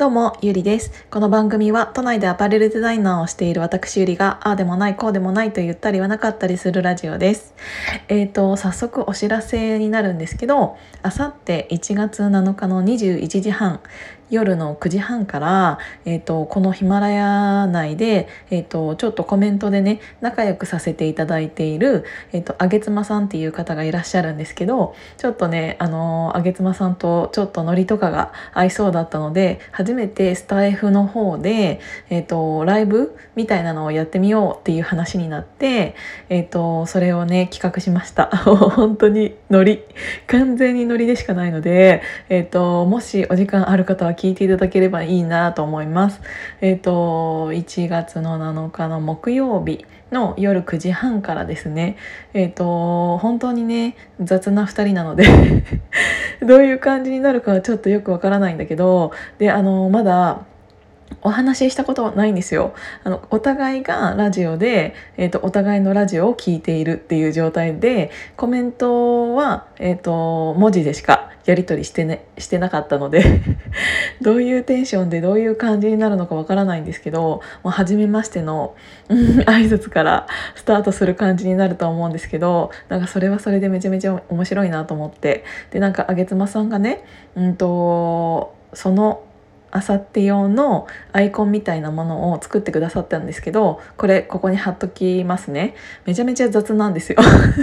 どうも、ゆりです。この番組は都内でアパレルデザイナーをしている私ゆりが、ああでもないこうでもないと言ったりはなかったりするラジオです。早速お知らせになるんですけど、あさって1月7日の21時半、夜の9時半から、このヒマラヤ内で、ちょっとコメントでね、仲良くさせていただいている、あげつまさんっていう方がいらっしゃるんですけど、ちょっとね、あげつまさんとちょっとノリとかが合いそうだったので、初めてスタイフの方で、ライブみたいなのをやってみようっていう話になって、それをね、企画しました。本当にノリ。完全にノリでしかないので、もしお時間ある方は聞いていただければいいなと思います。1月の7日の木曜日の夜9時半からですね、本当にね、雑な2人なのでどういう感じになるかはちょっとよくわからないんだけど、で、まだお話ししたことはないんですよ。お互いがラジオで、お互いのラジオを聞いているっていう状態で、コメントは、文字でしかやり取りしてなかったのでどういうテンションでどういう感じになるのかわからないんですけど、初めましての挨拶からスタートする感じになると思うんですけど、なんかそれはそれでめちゃめちゃ面白いなと思って、でなんかあげつまさんがね、そのあさって用のアイコンみたいなものを作ってくださったんですけど、ここに貼っときますね。めちゃめちゃ雑なんですよ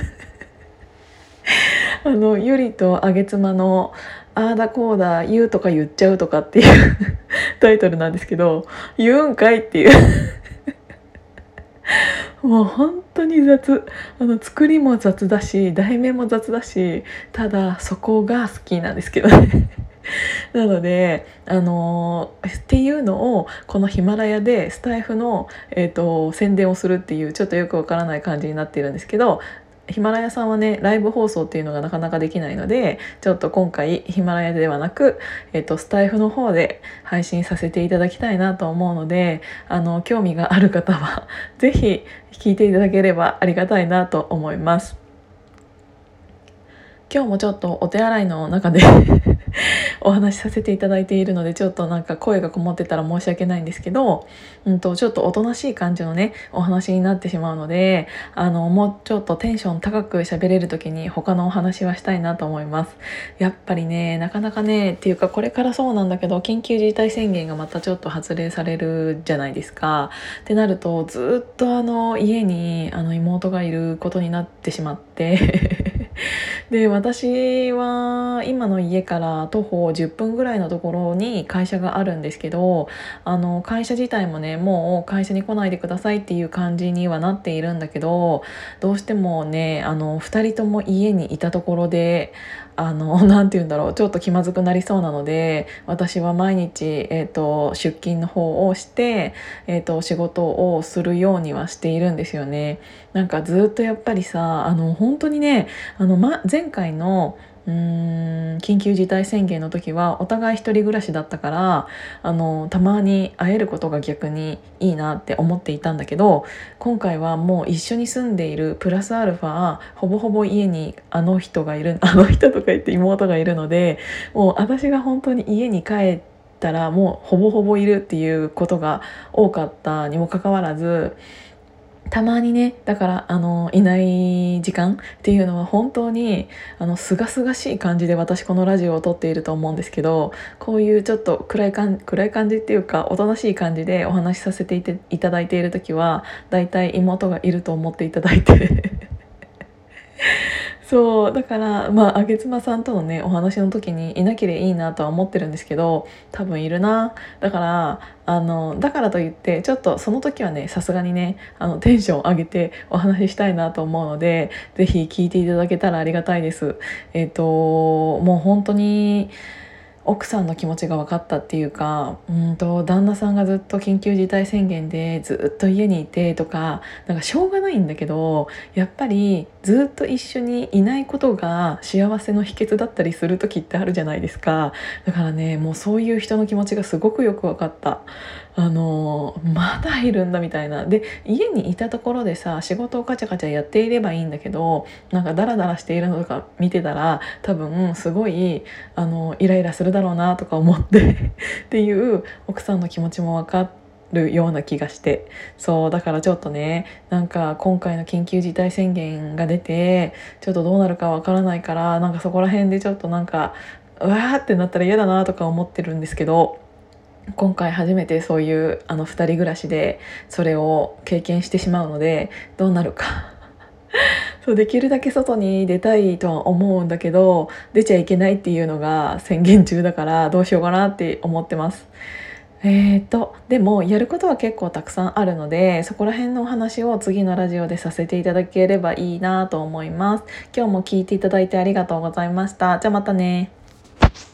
ゆりとあげつまのあーだこうだ言うとか言っちゃうとかっていうタイトルなんですけど、言うんかいっていうもう本当に雑。作りも雑だし題名も雑だし、ただそこが好きなんですけどねなので、っていうのをこのヒマラヤでスタイフの、宣伝をするっていうちょっとよくわからない感じになっているんですけど、ヒマラヤさんはねライブ放送っていうのがなかなかできないので、ちょっと今回ヒマラヤではなく、スタイフの方で配信させていただきたいなと思うので、興味がある方はぜひ聞いていただければありがたいなと思います。今日もちょっとお手洗いの中でお話しさせていただいているので、ちょっとなんか声がこもってたら申し訳ないんですけど、ちょっとおとなしい感じのねお話になってしまうので、もうちょっとテンション高く喋れる時に他のお話はしたいなと思います。やっぱりね、なかなかねっていうか、これからそうなんだけど、緊急事態宣言がまたちょっと発令されるじゃないですか。ってなるとずっと家に妹がいることになってしまってで、私は今の家から徒歩10分ぐらいのところに会社があるんですけど、会社自体もね、もう会社に来ないでくださいっていう感じにはなっているんだけど、どうしてもね、2人とも家にいたところで、なんて言うんだろう、ちょっと気まずくなりそうなので、私は毎日、出勤の方をして、仕事をするようにはしているんですよね。なんかずっとやっぱりさ、本当にね、前回の緊急事態宣言の時はお互い一人暮らしだったから、たまに会えることが逆にいいなって思っていたんだけど、今回はもう一緒に住んでいるプラスアルファほぼほぼ家にあの人がいるあの人とか言って妹がいるので、もう私が本当に家に帰ったらもうほぼほぼいるっていうことが多かったにもかかわらず、たまにね、だからいない時間っていうのは本当に清々しい感じで私このラジオを撮っていると思うんですけど、こういうちょっと暗い感じっていうかおとなしい感じでお話しさせていただいている時は、だいたい妹がいると思っていただいてそうだから、あげつまさんとのねお話の時にいなければいいなとは思ってるんですけど、多分いるな。だからだからといってちょっとその時はね、さすがにねテンション上げてお話ししたいなと思うので、ぜひ聞いていただけたらありがたいです。もう本当に奥さんの気持ちが分かったっていうか、旦那さんがずっと緊急事態宣言でずっと家にいてとか、なんかしょうがないんだけど、やっぱりずっと一緒にいないことが幸せの秘訣だったりする時ってあるじゃないですか。だからね、もうそういう人の気持ちがすごくよく分かった。まだいるんだみたいな。で、家にいたところでさ、仕事をカチャカチャやっていればいいんだけど、なんかダラダラしているのとか見てたら多分すごいイライラするだだろうなとか思ってっていう奥さんの気持ちも分かるような気がして、そうだからちょっとね、なんか今回の緊急事態宣言が出てちょっとどうなるかわからないから、なんかそこら辺でちょっとなんかうわーってなったら嫌だなとか思ってるんですけど、今回初めてそういう2人暮らしでそれを経験してしまうので、どうなるかそう、できるだけ外に出たいとは思うんだけど出ちゃいけないっていうのが宣言中だから、どうしようかなって思ってます。でもやることは結構たくさんあるので、そこら辺のお話を次のラジオでさせていただければいいなと思います。今日も聞いていただいてありがとうございました。じゃあまたね。